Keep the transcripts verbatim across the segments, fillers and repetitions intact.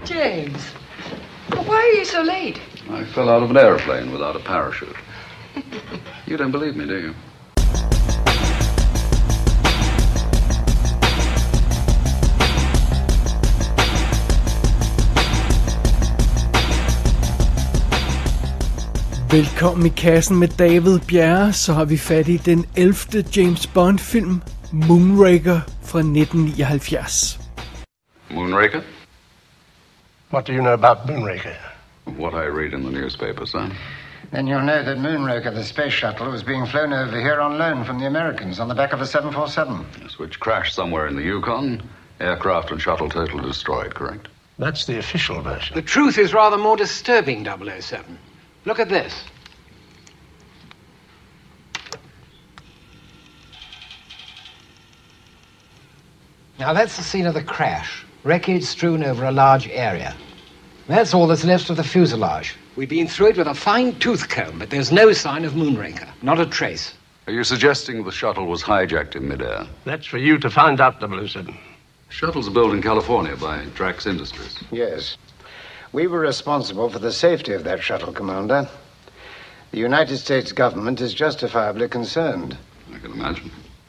James, why are you so late? I fell out of an airplane without a parachute. You don't believe me, do you? Velkommen i kassen med David Bjerre, så har vi fat i den ellevte James Bond-film, Moonraker fra nitten nioghalvfjerds. Moonraker? What do you know about Moonraker? What I read in the newspapers, then. Then you'll know that Moonraker, the space shuttle, was being flown over here on loan from the Americans on the back of a seven forty-seven. Yes, which crashed somewhere in the Yukon. Aircraft and shuttle totally destroyed, correct? That's the official version. The truth is rather more disturbing, double oh seven. Look at this. Now that's the scene of the crash. Wreckage strewn over a large area. That's all that's left of the fuselage. We've been through it with a fine-tooth comb, but there's no sign of Moonraker. Not a trace. Are you suggesting the shuttle was hijacked in midair? That's for you to find out, double oh seven. Shuttles are built in California by Drax Industries. Yes. We were responsible for the safety of that shuttle, Commander. The United States government is justifiably concerned. I can imagine.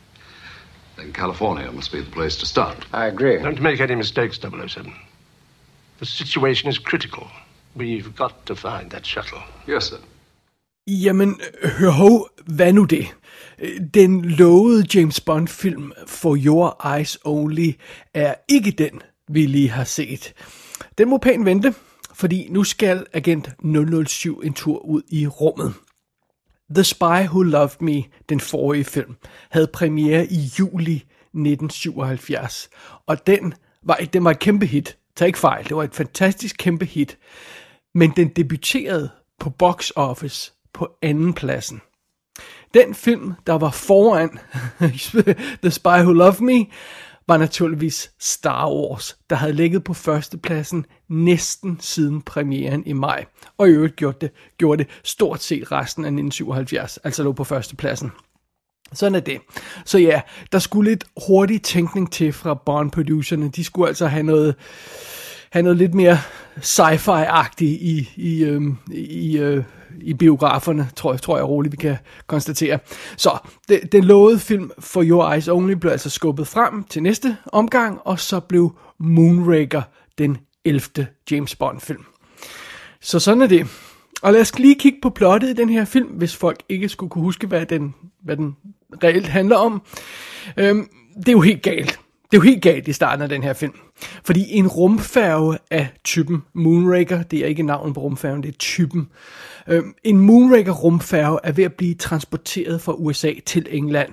Then California must be the place to start. I agree. Don't make any mistakes, double oh seven. The situation is critical. We've got to find that shuttle. Yes, sir. Jamen, hør ho, hvad nu det? Den lovede James Bond-film For Your Eyes Only er ikke den, vi lige har set. Den må pænt vente, fordi nu skal Agent nul nul syv en tur ud i rummet. The Spy Who Loved Me, den forrige film, havde premiere i juli nitten syvoghalvfjerds, og den var, den var et kæmpe hit. Tag ikke fejl, det var et fantastisk kæmpe hit, men den debuterede på box office på anden pladsen. Den film, der var foran The Spy Who Loved Me, var naturligvis Star Wars, der havde ligget på førstepladsen næsten siden premieren i maj, og i øvrigt gjorde det, gjorde det stort set resten af nitten syvoghalvfjerds, altså lå på førstepladsen. Sådan er det. Så ja, der skulle lidt hurtig tænkning til fra Bond-producerne. De skulle altså have noget, have noget lidt mere sci-fi-agtigt i, i, øhm, i, øh, i biograferne, tror jeg, tror jeg roligt, vi kan konstatere. Så det, den lovede film For Your Eyes Only blev altså skubbet frem til næste omgang, og så blev Moonraker den ellevte James Bond-film. Så sådan er det. Og lad os lige kigge på plottet i den her film, hvis folk ikke skulle kunne huske, hvad den, hvad den reelt handler om. Øhm, det er jo helt galt. Det er jo helt galt i starten af den her film. Fordi en rumfærge af typen Moonraker, det er ikke navnet på rumfærgen, det er typen. Øhm, en Moonraker rumfærge er ved at blive transporteret fra U S A til England.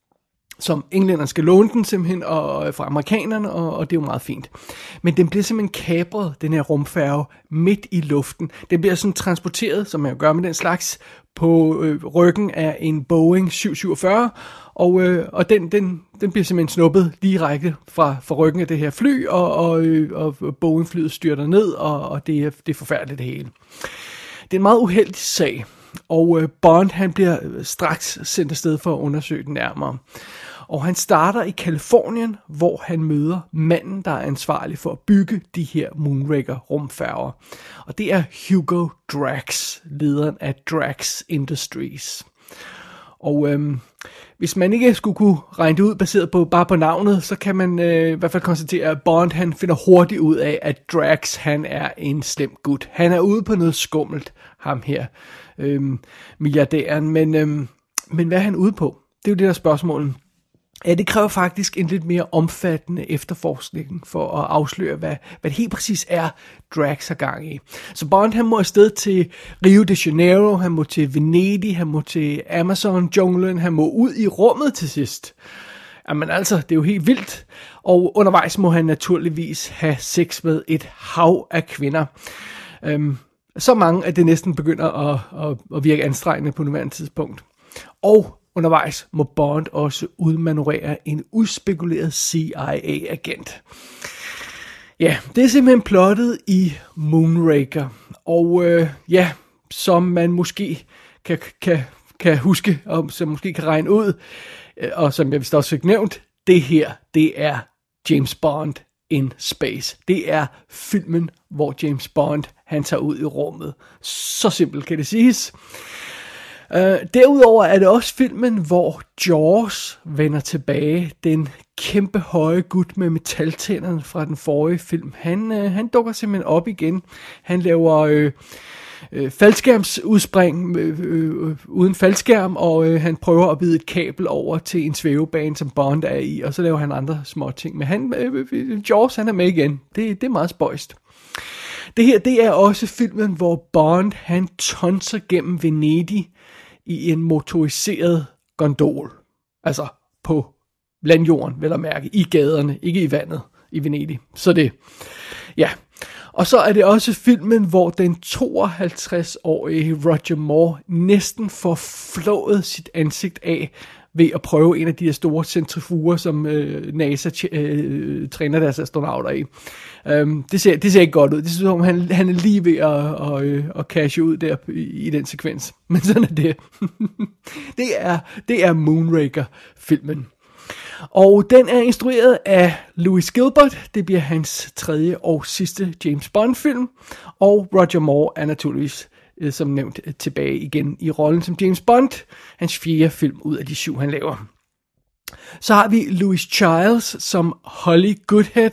Som englænderne skal låne den simpelthen og, fra amerikanerne, og, og det er jo meget fint. Men den bliver simpelthen kapret, den her rumfærge, midt i luften. Den bliver sådan transporteret, som man jo gør med den slags, på øh, ryggen af en Boeing syv syvogfyrre, og, øh, og den, den, den bliver simpelthen snuppet direkte fra, fra ryggen af det her fly, og, og, øh, og Boeing-flyet styrter ned, og, og det, er, det er forfærdeligt det hele. Det er en meget uheldig sag, og øh, Bond han bliver straks sendt afsted for at undersøge den nærmere. Og han starter i Californien, hvor han møder manden, der er ansvarlig for at bygge de her Moonraker rumfærger. Og det er Hugo Drax, lederen af Drax Industries. Og øhm, hvis man ikke skulle kunne regne det ud baseret på bare på navnet, så kan man øh, i hvert fald konstatere, at Bond han finder hurtigt ud af, at Drax han er en slem gut. Han er ude på noget skummelt, ham her, øhm, milliardæren. Men, øhm, men hvad er han ude på? Det er jo det der spørgsmål. Ja, det kræver faktisk en lidt mere omfattende efterforskning for at afsløre, hvad, hvad det helt præcis er, Drax har gang i. Så Bond han må afsted til Rio de Janeiro, han må til Venedig, han må til Amazon-junglen, han må ud i rummet til sidst. Jamen altså, det er jo helt vildt. Og undervejs må han naturligvis have sex med et hav af kvinder. Øhm, så mange, at det næsten begynder at, at, at virke anstrengende på nuværende tidspunkt. Og undervejs må Bond også udmanøvrere en udspekuleret C I A-agent. Ja, det er simpelthen plottet i Moonraker. Og øh, ja, som man måske kan, kan, kan huske, og som måske kan regne ud, og som jeg vist også fik nævnt, det her, det er James Bond in Space. Det er filmen, hvor James Bond, han tager ud i rummet. Så simpelt kan det siges. Uh, derudover er det også filmen, hvor Jaws vender tilbage. Den kæmpe høje gut med metaltænderne fra den forrige film. Han, uh, han dukker simpelthen op igen. Han laver... Uh, Øh, faldskærmsudspring øh, øh, uden faldskærm, og øh, han prøver at bide et kabel over til en svævebane, som Bond er i, og så laver han andre små ting. Men han, øh, øh, Jaws, han er med igen. Det, det er meget spøjst. Det her, det er også filmen, hvor Bond, han tonser gennem Venedig i en motoriseret gondol. Altså på landjorden, vel at mærke, i gaderne, ikke i vandet i Venedig. Så det, ja... Og så er det også filmen, hvor den tooghalvtreds-årige Roger Moore næsten får flået sit ansigt af ved at prøve en af de her store centrifuger, som øh, NASA t- øh, træner deres astronauter i. Um, det, ser, det ser ikke godt ud. Det ser ud som, han, han er lige ved at, at, at, at cashe ud der i, i den sekvens. Men sådan er det. det, er, det er Moonraker-filmen. Og den er instrueret af Louis Gilbert. Det bliver hans tredje og sidste James Bond-film. Og Roger Moore er naturligvis, som nævnt, tilbage igen i rollen som James Bond. Hans fjerde film ud af de syv, han laver. Så har vi Louise Childs som Holly Goodhead.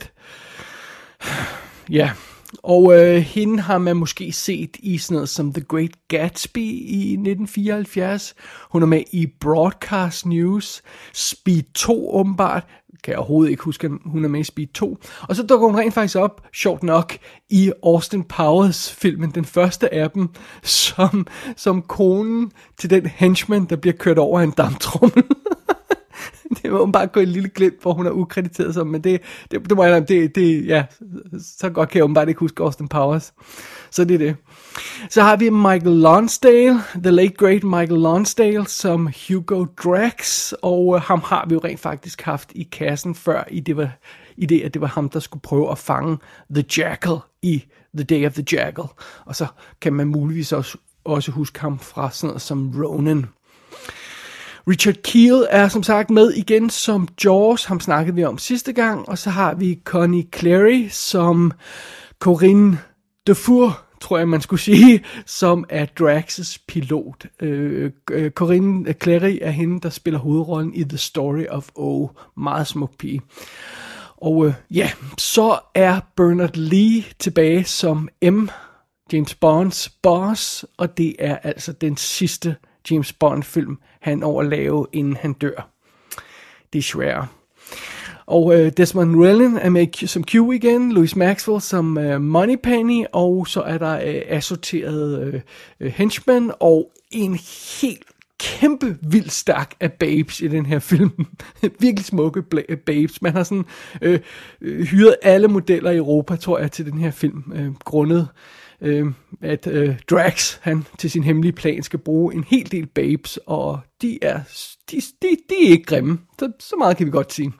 Ja, og øh, hende har man måske set i sådan noget som The Great Gatsby i nitten fireoghalvfjerds. Hun er med i Broadcast News, Speed to åbenbart. Kan jeg overhovedet ikke huske, at hun er med i Speed to. Og så dukker hun rent faktisk op, sjovt nok, i Austin Powers-filmen, den første af dem, som, som konen til den henchman, der bliver kørt over en damptrummel. Det var bare gå en lille glimt, hvor hun er ukrediteret som, men det, det, det må jeg det, det, ja, så godt kan jeg bare ikke huske Austin Powers. Så det er det. Så har vi Michael Lonsdale, the late great Michael Lonsdale, som Hugo Drax, og øh, ham har vi jo rent faktisk haft i kassen før, i det, var, i det, at det var ham, der skulle prøve at fange The Jackal i The Day of the Jackal. Og så kan man muligvis også, også huske ham fra sådan noget som Ronin. Richard Kiel er som sagt med igen som Jaws, ham snakkede vi om sidste gang, og så har vi Connie Clary som Corinne Dufour, tror jeg man skulle sige, som er Drax's pilot. Øh, Corinne Clary er hende, der spiller hovedrollen i The Story of O, meget smuk pige. Og øh, ja, så er Bernard Lee tilbage som M, James Bonds boss, og det er altså den sidste James Bond-film, han over at lave, inden han dør. Det er svært. Og øh, Desmond Llewellyn er med som Q igen, Louis Maxwell som øh, Moneypenny, og så er der øh, assorteret øh, henchmen, og en helt kæmpe vild stak af babes i den her film. Virkelig smukke babes. Man har sådan øh, hyret alle modeller i Europa, tror jeg, til den her film, øh, grundet Øh, at øh, Drax, han til sin hemmelige plan skal bruge en hel del babes, og de er, de, de, de er ikke grimme. Så, så meget kan vi godt sige.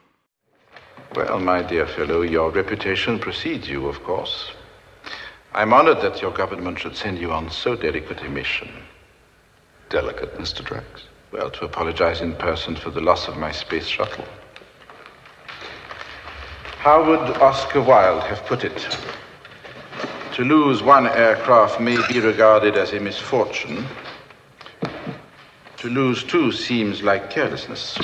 Well, my dear fellow, your reputation precedes you, of course. I'm honored that your government should send you on so delicate a mission. Delicate, Mister Drax? Well, to apologize in person for the loss of my space shuttle. How would Oscar Wilde have put it? To lose one aircraft may be regarded as a misfortune. To lose two seems like carelessness.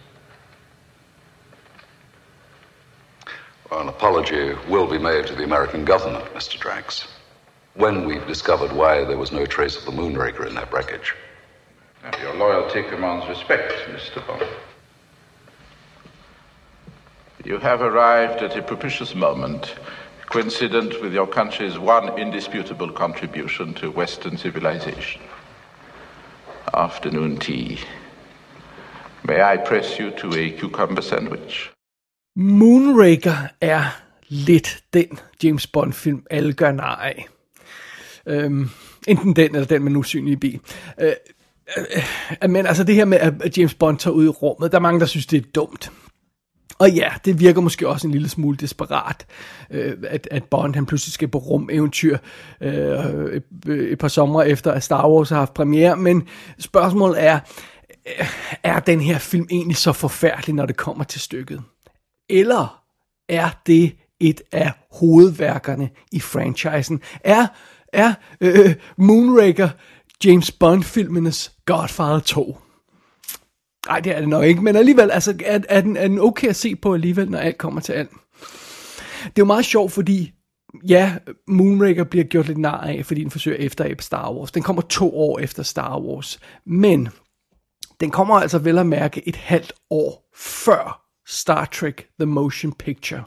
Well, an apology will be made to the American government, Mister Drax, when we've discovered why there was no trace of the Moonraker in that wreckage. Your loyalty commands respect, Mister Bond. You have arrived at a propitious moment, coincident with your country's one indisputable contribution to Western civilization. Afternoon tea. May I press you to a cucumber sandwich? Moonraker er lidt den James Bond-film, alle gør nar af. Øhm, enten den, eller den med en usynlig bil. Øh, øh, men altså det her med, at James Bond tager ud i rummet, der er mange, der synes, det er dumt. Og ja, det virker måske også en lille smule desperat, øh, at, at Bond han pludselig skal på rumeventyr øh, et, et par somre efter, at Star Wars har haft premiere. Men spørgsmålet er, er den her film egentlig så forfærdelig, når det kommer til stykket? Eller er det et af hovedværkerne i franchisen. Er, er øh, Moonraker James Bond-filmenes Godfather to? Nej, det er det nok ikke, men alligevel altså, er, er, den, er den okay at se på alligevel, når alt kommer til alt. Det er jo meget sjovt, fordi ja, Moonraker bliver gjort lidt nar af, fordi den forsøger efteræbe Star Wars. Den kommer to år efter Star Wars, men den kommer altså vel at mærke et halvt år før Star Trek The Motion Picture.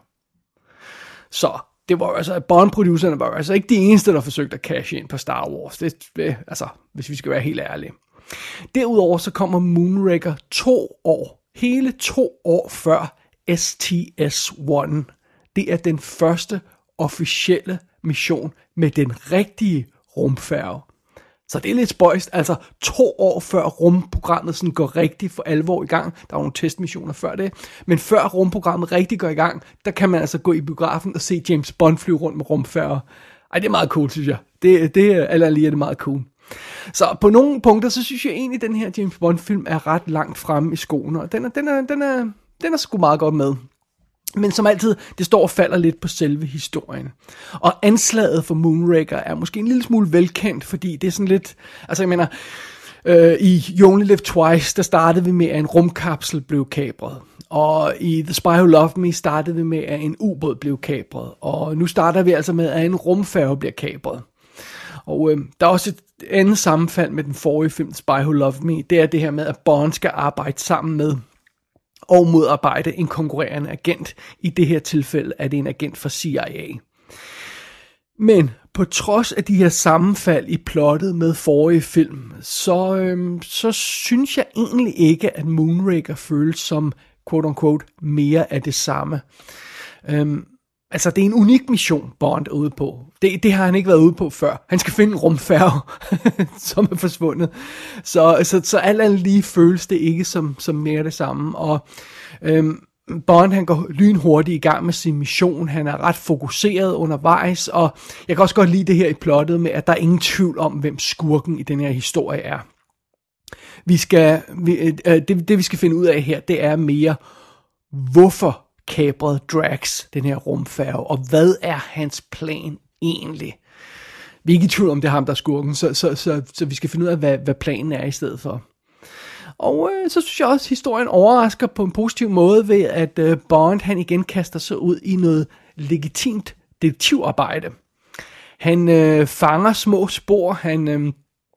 Så det var altså, Bond-producerne var altså ikke de eneste, der forsøgte at cashe ind på Star Wars. Det, det, altså, hvis vi skal være helt ærlige. Derudover så kommer Moonraker to år, hele to år før S T S et. Det er den første officielle mission med den rigtige rumfærge. Så det er lidt spøjst, altså to år før rumprogrammet sådan går rigtig for alvor i gang. Der var nogle testmissioner før det, men før rumprogrammet rigtig går i gang, der kan man altså gå i biografen og se James Bond flyve rundt med rumfærger. Ej, det er meget cool, synes jeg. Det, det er eller lige er det meget cool. Så på nogle punkter, så synes jeg egentlig, at den her James Bond-film er ret langt fremme i skoene, og den er, den er, den er, den er sgu meget godt med. Men som altid, det står og falder lidt på selve historien. Og anslaget for Moonraker er måske en lille smule velkendt, fordi det er sådan lidt, altså jeg mener, øh, i You Only Live Twice, der startede vi med, at en rumkapsel blev kapret. Og i The Spy Who Loved Me startede vi med, at en ubåd blev kapret. Og nu starter vi altså med, at en rumfærge bliver kapret. Og øh, der er også et andet sammenfald med den forrige film, The Spy Who Loved Me. Det er det her med, at Bond skal arbejde sammen med og modarbejde en konkurrerende agent. I det her tilfælde er det en agent fra C I A. Men på trods af de her sammenfald i plottet med forrige film, så, øhm, så synes jeg egentlig ikke, at Moonraker føles som quote-unquote mere af det samme. Øhm, altså det er en unik mission, Bond er ude på. Det, det har han ikke været ude på før. Han skal finde en rumfærge, som er forsvundet. Så, så, så alt andet lige føles det ikke som, som mere det samme. Og øhm, Bond, han går lynhurtigt i gang med sin mission. Han er ret fokuseret undervejs, og jeg kan også godt lide det her i plottet med, at der er ingen tvivl om, hvem skurken i den her historie er. Vi skal, vi, øh, det, det vi skal finde ud af her, det er mere, hvorfor kabrede Drax den her rumfærge, og hvad er hans plan egentlig? Vi er ikke i tvivl om, det er ham, der er skurken, så, så, så, så vi skal finde ud af, hvad, hvad planen er i stedet for. Og øh, så synes jeg også, at historien overrasker på en positiv måde ved, at øh, Bond, han igen kaster sig ud i noget legitimt detektivarbejde. Han øh, fanger små spor, han øh,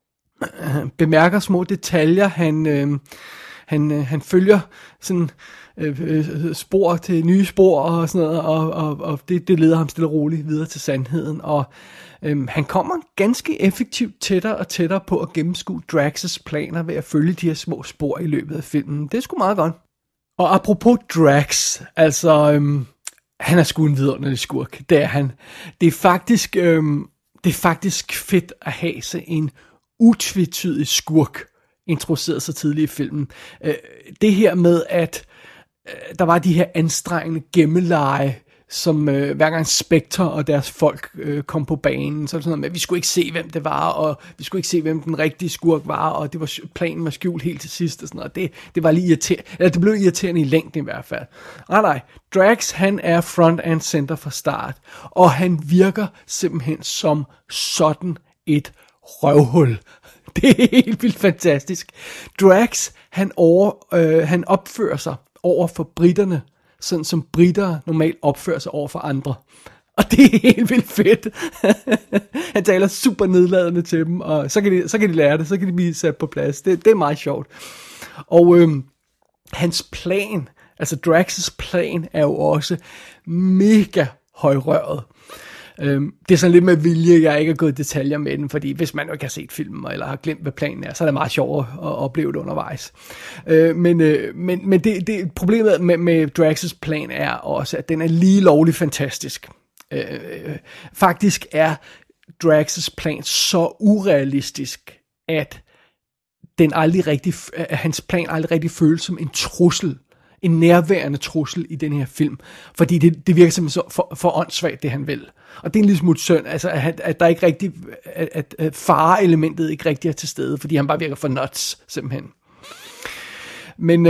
bemærker små detaljer, han, øh, han, øh, han følger sådan øh, spor til nye spor og sådan noget, og, og, og det, det leder ham stille og roligt videre til sandheden, og Øhm, han kommer ganske effektivt tættere og tættere på at gennemskue Drax's planer ved at følge de her små spor i løbet af filmen. Det er sgu meget godt. Og apropos Drax, altså, øhm, han er sgu en vidunderlig skurk. Det er han. Det er faktisk, øhm, det er faktisk fedt at have sig en utvetydig skurk introduceret så tidligt i filmen. Øh, det her med, at øh, der var de her anstrengende gemmeleje, som øh, hver gang Spectre og deres folk øh, kom på banen, så var det sådan noget med, at vi skulle ikke se, hvem det var, og vi skulle ikke se, hvem den rigtige skurk var, og det var, planen var skjult helt til sidst, og sådan noget. Det, det var lige irriterende, eller det blev irriterende i længden i hvert fald. Nej, nej, Drax, han er front and center fra start, og han virker simpelthen som sådan et røvhul. Det er helt vildt fantastisk. Drax, han, over, øh, han opfører sig over for britterne, sådan som britter normalt opfører sig over for andre. Og det er helt vildt fedt. Han taler super nedladende til dem, og så kan de, så kan de lære det, så kan de blive sat på plads. Det, det er meget sjovt. Og øhm, hans plan, altså Drax's plan, er jo også mega højrøret. Øhm, det er sådan lidt med vilje, jeg ikke har gået i detaljer med den, fordi hvis man jo ikke har set filmen, eller har glemt, hvad planen er, så er det meget sjovt at opleve det undervejs. Øh, men øh, men, men det, det, problemet med, med Drax's plan er også, at den er lige lovligt fantastisk. Øh, faktisk er Drax's plan så urealistisk, at den aldrig rigtig, at hans plan aldrig rigtig føles som en trussel, en nærværende trussel i den her film, fordi det, det virker simpelthen så for, for åndssvagt, det han vil. Og det er en lille smule synd, altså at, at der ikke rigtig, at, at, at fareelementet ikke rigtig er til stede, fordi han bare virker for nuts, simpelthen. Men øh,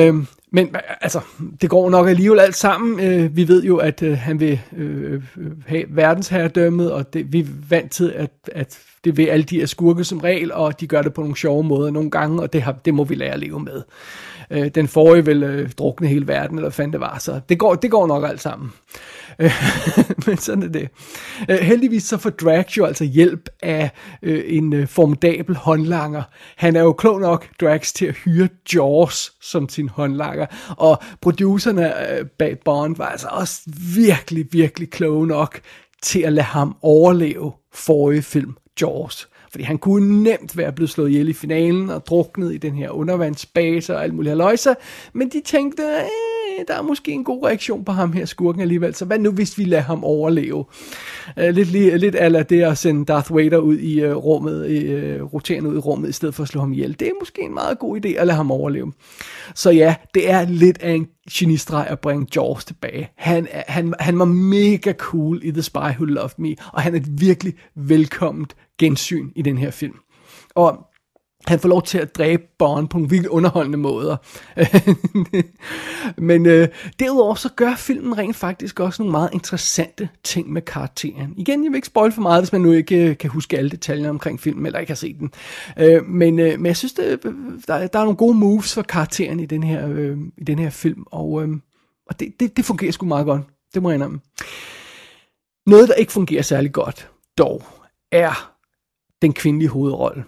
Men altså, det går nok alligevel alt sammen. Øh, vi ved jo, at øh, han vil øh, have verdensherredømmet, og det, vi er vant til, at, at det vil alle de her skurke som regel, og de gør det på nogle sjove måder nogle gange, og det, har, det må vi lære at leve med. Øh, den forrige vil øh, drukne hele verden, eller hvad fanden det var, så det går, det går nok alt sammen. Øh, men sådan er det. Øh, heldigvis så får Drax jo altså hjælp af øh, en øh, formidabel håndlanger. Han er jo klog nok, Drax, til at hyre Jaws som sin håndlanger, og producerne øh, bag Bond var altså også virkelig, virkelig kloge nok til at lade ham overleve forrige film, Jaws. Fordi han kunne nemt være blevet slået ihjel i finalen og druknet i den her undervandsbase og alt muligt haløjse, men de tænkte, eh, der er måske en god reaktion på ham her, skurken alligevel, så hvad nu hvis vi lader ham overleve? Uh, lidt, lidt ala det at sende Darth Vader ud i uh, rummet, uh, roterende ud i rummet, i stedet for at slå ham ihjel. Det er måske en meget god idé at lade ham overleve. Så ja, det er lidt af en genistreg at bringe Jaws tilbage. Han, han, han var mega cool i The Spy Who Loved Me, og han er et virkelig velkomment gensyn i den her film. Og han får lov til at dræbe Bond på nogle virkelig underholdende måder. Men øh, derudover så gør filmen rent faktisk også nogle meget interessante ting med karakteren. Igen, jeg vil ikke spoil for meget, hvis man nu ikke kan huske alle detaljer omkring filmen, eller ikke har set den. Øh, men, øh, men jeg synes, det, der, der er nogle gode moves for karakteren i den her, øh, i den her film, og, øh, og det, det, det fungerer sgu meget godt. Det må jeg indrømme. Noget, der ikke fungerer særlig godt, dog, er den kvindelige hovedrolle.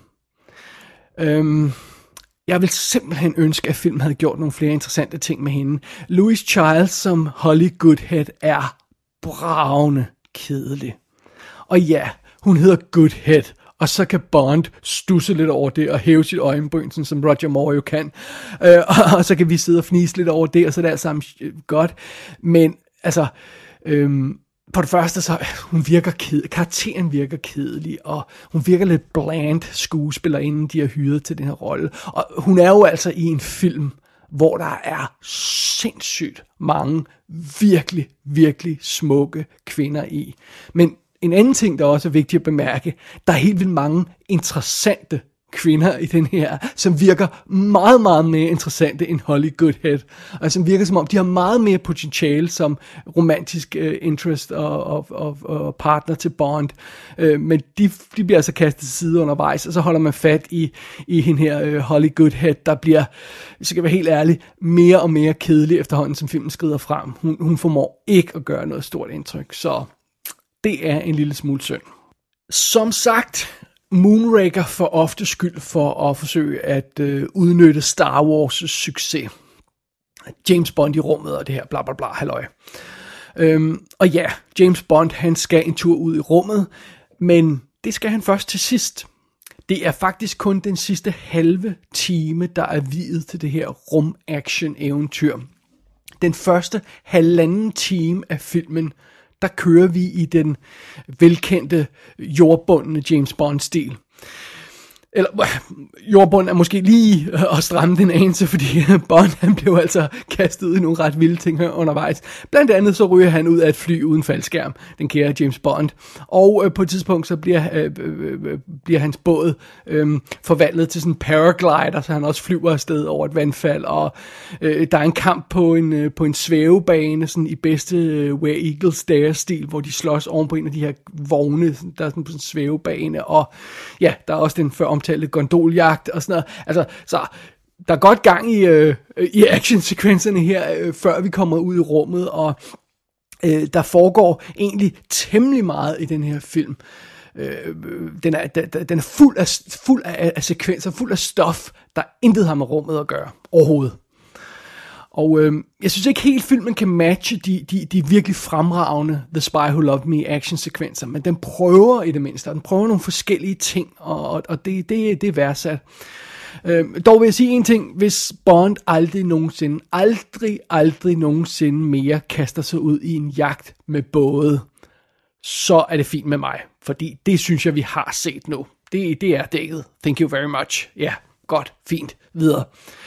Øhm, jeg vil simpelthen ønske, at filmen havde gjort nogle flere interessante ting med hende. Louise Childs som Holly Goodhead er bravende kedelig. Og ja, hun hedder Goodhead, og så kan Bond stusse lidt over det og hæve sit øjenbryn, sådan som Roger Moore jo kan. Øh, og, og så kan vi sidde og fnise lidt over det, og så er det alt sammen godt. Men altså... Øhm, på det første, så hun virker ked, karakteren virker kedelig, og hun virker lidt bland skuespiller, inden de har hyret til den her rolle. Og hun er jo altså i en film, hvor der er sindssygt mange virkelig, virkelig smukke kvinder i. Men en anden ting, der også er vigtigt at bemærke, der er helt vildt mange interessante kvinder i den her, som virker meget, meget mere interessante end Holly Goodhead, og som virker som om, de har meget mere potentiale som romantisk uh, interest og, og, og, og partner til Bond, uh, men de, de bliver altså kastet til side undervejs, og så holder man fat i, i hende her uh, Holly Goodhead, der bliver, hvis jeg skal være helt ærlig, mere og mere kedelig efterhånden, som filmen skrider frem. Hun, hun formår ikke at gøre noget stort indtryk, så det er en lille smule synd. Som sagt, Moonraker får ofte skyld for at forsøge at øh, udnytte Star Wars' succes. James Bond i rummet og det her bla bla bla halløj. Øhm, og ja, James Bond han skal en tur ud i rummet, men det skal han først til sidst. Det er faktisk kun den sidste halve time, der er viet til det her rum-action-eventyr. Den første halvanden time af filmen, der kører vi i den velkendte jordbundne James Bond-stil. Eller jordbunden er måske lige at stramme den anelse, fordi Bond han blev altså kastet ud i nogle ret vilde ting undervejs. Blandt andet så ryger han ud af et fly uden faldskærm, den kære James Bond. Og øh, på et tidspunkt så bliver, øh, øh, bliver hans båd øh, forvandlet til sådan en paraglider, så han også flyver afsted over et vandfald. Og øh, der er en kamp på en, øh, på en svævebane, sådan i bedste øh, Where Eagles Dare-stil, hvor de slås oven på en af de her vogne, der er sådan på sådan en svævebane. Og ja, der er også den før omtalte gondoljagt og sådan noget. Altså, så der er godt gang i, øh, i actionsekvenserne her, øh, før vi kommer ud i rummet, og øh, der foregår egentlig temmelig meget i den her film. Øh, den, er, den er fuld af, fuld af, af sekvenser, fuld af stof, der intet har med rummet at gøre, overhovedet. Og øh, jeg synes ikke helt filmen kan matche de, de, de virkelig fremragende The Spy Who Loved Me actionsekvenser, men den prøver i det mindste, og den prøver nogle forskellige ting, og, og det, det, det er værdsat. Øh, dog vil jeg sige en ting, hvis Bond aldrig nogensinde, aldrig, aldrig nogensinde mere kaster sig ud i en jagt med både, så er det fint med mig, fordi det synes jeg, vi har set nu. Det, det er dækket. Thank you very much. Ja, yeah, godt, fint, videre.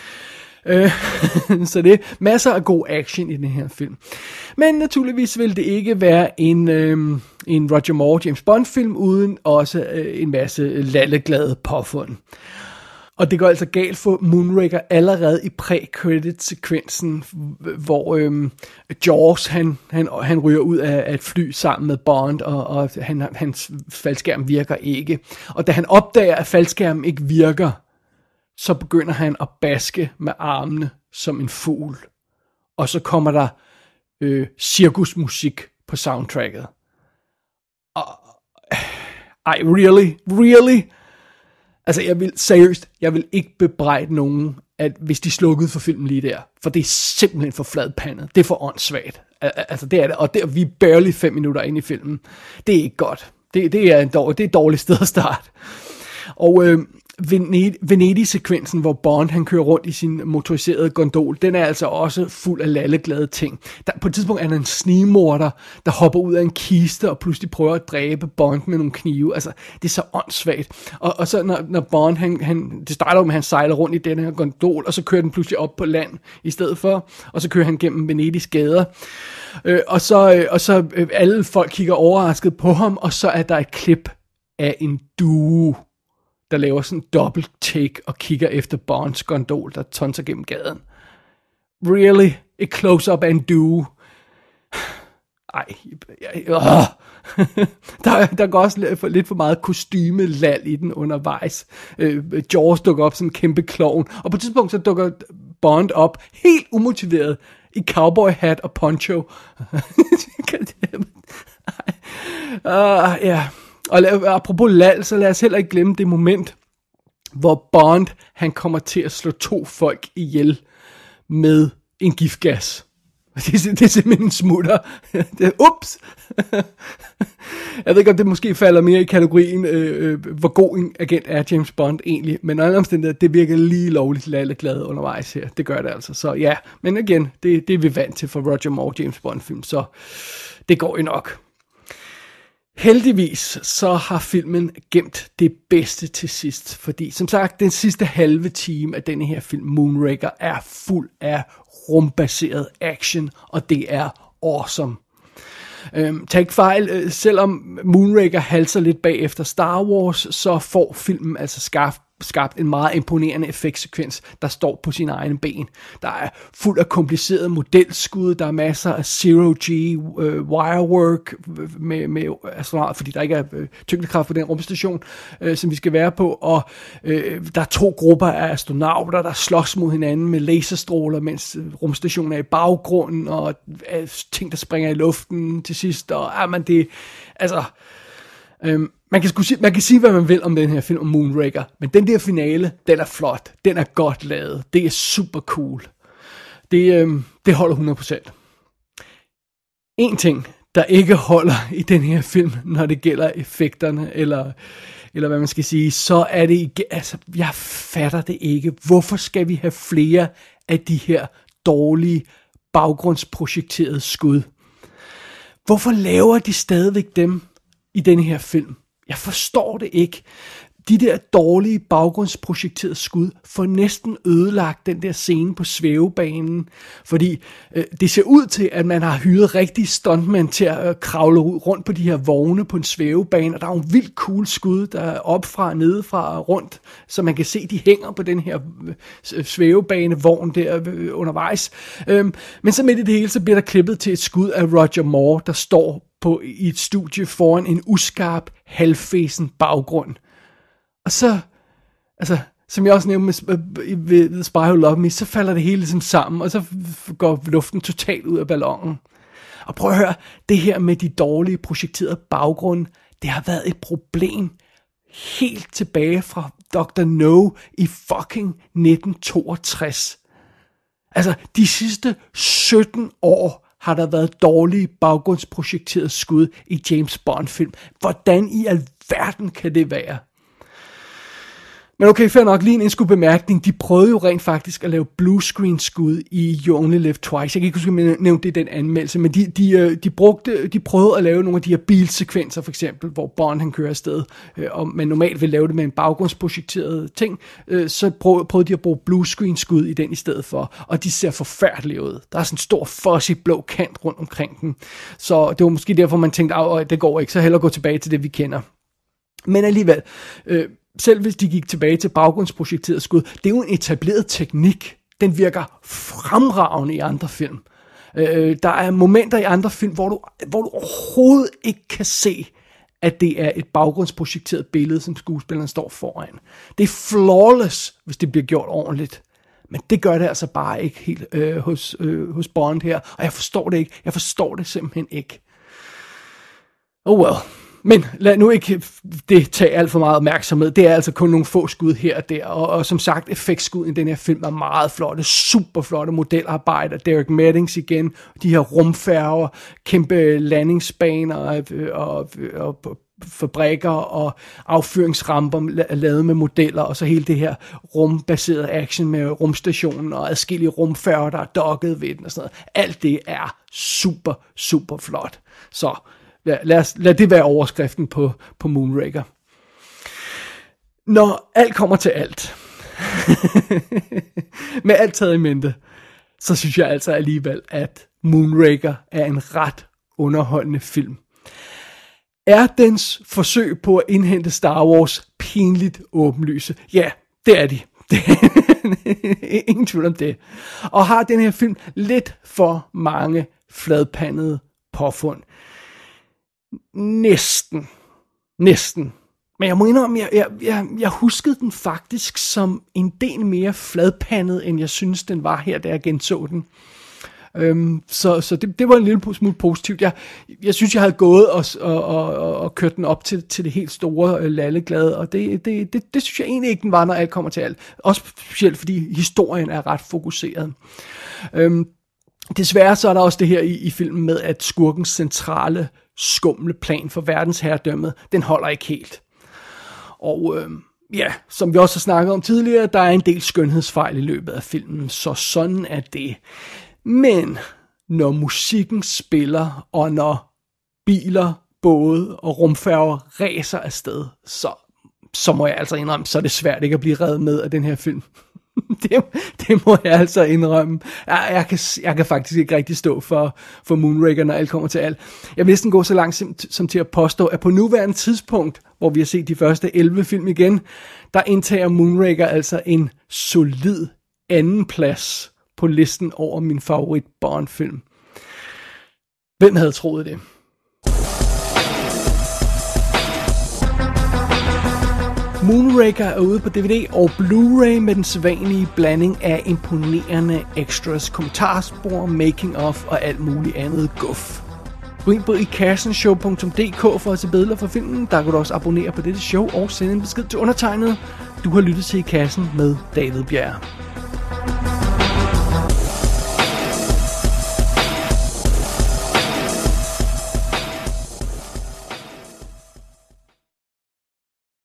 Øh, så det er masser af god action i den her film. Men naturligvis vil det ikke være en, øh, en Roger Moore James Bond film uden også øh, en masse lalleglade påfund. Og det går altså galt for Moonraker allerede i pre-credit-sekvensen, hvor øhm, Jaws, han, han, han ryger ud af, af et fly sammen med Bond, og, og han, hans faldskærm virker ikke. Og da han opdager, at faldskærmen ikke virker, så begynder han at baske med armene som en fugl. Og så kommer der øh, cirkusmusik på soundtracket. Og, ej, really? Really? Altså, jeg vil seriøst, jeg vil ikke bebrejde nogen, at hvis de slukkede for filmen lige der, for det er simpelthen for fladpandet. Det er for åndssvagt. Altså, det er det, og det, vi er barely fem minutter inde i filmen. Det er ikke godt. Det, det, er, en dårlig, det er et dårligt sted at starte. Og øh, Venedig-sekvensen, hvor Bond han kører rundt i sin motoriserede gondol, den er altså også fuld af lalleglade ting. Der, på et tidspunkt er der en snigmorder, der hopper ud af en kiste og pludselig prøver at dræbe Bond med nogle knive. Altså, det er så åndssvagt. Og, og så når, når Bond, han, han, det starter jo med, at han sejler rundt i den her gondol, og så kører den pludselig op på land i stedet for, og så kører han gennem Venedigs gader. Øh, og så, øh, og så øh, alle folk kigger overrasket på ham, og så er der et klip af en duo, der laver sådan en dobbelt take og kigger efter Bonds gondol, der tonser gennem gaden. Really? Et close-up af en duo? Ej, øh. der, der går også lidt for, lidt for meget kostymelal i den undervejs. Øh, Jaws dukker op som en kæmpe klovn, og på et tidspunkt så dukker Bond op helt umotiveret i cowboy hat og poncho. uh, ja. Og apropos lal, så lad os heller ikke glemme det moment, hvor Bond, han kommer til at slå to folk ihjel med en giftgas. Det er, det er simpelthen en smutter. Ups! Jeg ved ikke, om det måske falder mere i kategorien, øh, hvor god en agent er James Bond egentlig. Men under alle omstændigheder, det virker lige lovligt lalleglad undervejs her. Det gør det altså. Så ja, men igen, det, det er vi vant til for Roger Moore James Bond film, så det går jo nok. Heldigvis så har filmen gemt det bedste til sidst, fordi som sagt, den sidste halve time af denne her film, Moonraker, er fuld af rumbaseret action, og det er awesome. Øhm, tag ikke fejl, selvom Moonraker halser lidt bag efter Star Wars, så får filmen altså skabt skabt en meget imponerende effektsekvens, der står på sine egne ben. Der er fuld af kompliceret modelskud, der er masser af zero-G øh, wirework med, med astronauter, fordi der ikke er øh, tyngdekraft på den rumstation, øh, som vi skal være på, og øh, der er to grupper af astronauter, der slås mod hinanden med laserstråler, mens rumstationen er i baggrunden, og øh, ting, der springer i luften til sidst, og ja, man det, altså... Øhm, man, kan sige, man kan sige, hvad man vil om den her film om Moonraker, men den der finale, den er flot. Den er godt lavet. Det er super cool. Det, øhm, det holder hundrede procent. En ting, der ikke holder i den her film, når det gælder effekterne, eller, eller hvad man skal sige, så er det ikke, altså, jeg fatter det ikke. Hvorfor skal vi have flere af de her dårlige, baggrundsprojekterede skud? Hvorfor laver de stadigvæk dem i denne her film? Jeg forstår det ikke. De der dårlige baggrundsprojekterede skud får næsten ødelagt den der scene på svævebanen, fordi øh, det ser ud til, at man har hyret rigtige stuntmænd til at øh, kravle rundt på de her vogne på en svævebane, og der er en vildt cool skud, der er opfra, nedefra og rundt, så man kan se, de hænger på den her øh, svævebanevogn der øh, undervejs. Øhm, men så midt i det hele, så bliver der klippet til et skud af Roger Moore, der står på, i et studie foran en uskarp, halvfesen baggrund. Og så, altså, som jeg også nævnte med, ved Spy Who Loved Me, så falder det hele ligesom sammen, og så går luften totalt ud af ballonen. Og prøv at høre, det her med de dårlige projekterede baggrunde, det har været et problem helt tilbage fra doktor No i fucking nitten toogtres. Altså, de sidste sytten år har der været dårlige baggrundsprojekterede skud i James Bond-film. Hvordan i alverden kan det være? Men okay, fair nok, lige en indskud bemærkning. De prøvede jo rent faktisk at lave bluescreen skud i You Only Live Twice. Jeg kan ikke huske, om jeg nævnte det i den anmeldelse, men de, de, de, brugte, de prøvede at lave nogle af de her bilsekvenser, for eksempel, hvor Bond han kører afsted, og man normalt vil lave det med en baggrundsprojekteret ting, så prøvede de at bruge bluescreen skud i den i stedet for, og de ser forfærdelige ud. Der er sådan en stor fuzzy blå kant rundt omkring den, så det var måske derfor, man tænkte, at det går ikke, så hellere gå tilbage til det, vi kender. Men alligevel, øh, selv hvis de gik tilbage til baggrundsprojekteret skud, det er jo en etableret teknik. Den virker fremragende i andre film. Øh, der er momenter i andre film, hvor du, hvor du overhovedet ikke kan se, at det er et baggrundsprojekteret billede, som skuespilleren står foran. Det er flawless, hvis det bliver gjort ordentligt. Men det gør det altså bare ikke helt øh, hos, øh, hos Bond her. Og jeg forstår det ikke. Jeg forstår det simpelthen ikke. Oh well. Men lad nu ikke det tage alt for meget opmærksomhed. Det er altså kun nogle få skud her og der. Og, og som sagt, effektskuden i den her film er meget flotte. Super flotte modelarbejder. Derek Meddings igen. De her rumfærger. Kæmpe landingsbaner og, og, og, og fabrikker og affyringsramper lavet med modeller. Og så hele det her rumbaserede action med rumstationen og adskillige rumfærger, der er dokket ved den og sådan noget. Alt det er super, super flot. Så Ja, lad, os, lad det være overskriften på, på Moonraker. Når alt kommer til alt, med alt taget i mente, så synes jeg altså alligevel, at Moonraker er en ret underholdende film. Er dens forsøg på at indhente Star Wars pinligt åbenlyse? Ja, det er de. Ingen tvivl om det. Og har den her film lidt for mange fladpandede påfund? Næsten. Næsten. Men jeg må indrømme, jeg, jeg, jeg, jeg huskede den faktisk som en del mere fladpandet, end jeg synes, den var her, da jeg genså den. Øhm, så så det, det var en lille smule positivt. Jeg, jeg synes, jeg havde gået og, og, og, og kørt den op til, til det helt store uh, lalleglade, og det, det, det, det synes jeg egentlig ikke, den var, når alt kommer til alt. Også specielt, fordi historien er ret fokuseret. Øhm, desværre så er der også det her i, i filmen med, at skurkens centrale skumle plan for verdensherredømmet, den holder ikke helt. Og øh, ja, som vi også har snakket om tidligere, der er en del skønhedsfejl i løbet af filmen, så sådan er det. Men når musikken spiller, og når biler, både og rumfærger ræser afsted, så, så må jeg altså indrømme, så er det svært ikke at blive revet med af den her film. Det, det må jeg altså indrømme. Jeg, jeg, kan, jeg kan faktisk ikke rigtig stå for, for Moonraker, når alt kommer til alt. Jeg vil næsten gå så langt som, som til at påstå, at på nuværende tidspunkt, hvor vi har set de første elleve film igen, der indtager Moonraker altså en solid anden plads på listen over min favorit Bond-film. Hvem havde troet det? Moonraker er ude på D V D og Blu-ray med den sædvanlige blanding af imponerende extras, kommentarspor, making of og alt muligt andet guf. Gå ind på i kassen show punktum d k for at se billeder fra filmen. Der kan du også abonnere på dette show og sende en besked til undertegnet. Du har lyttet til I Kassen med David Bjerg.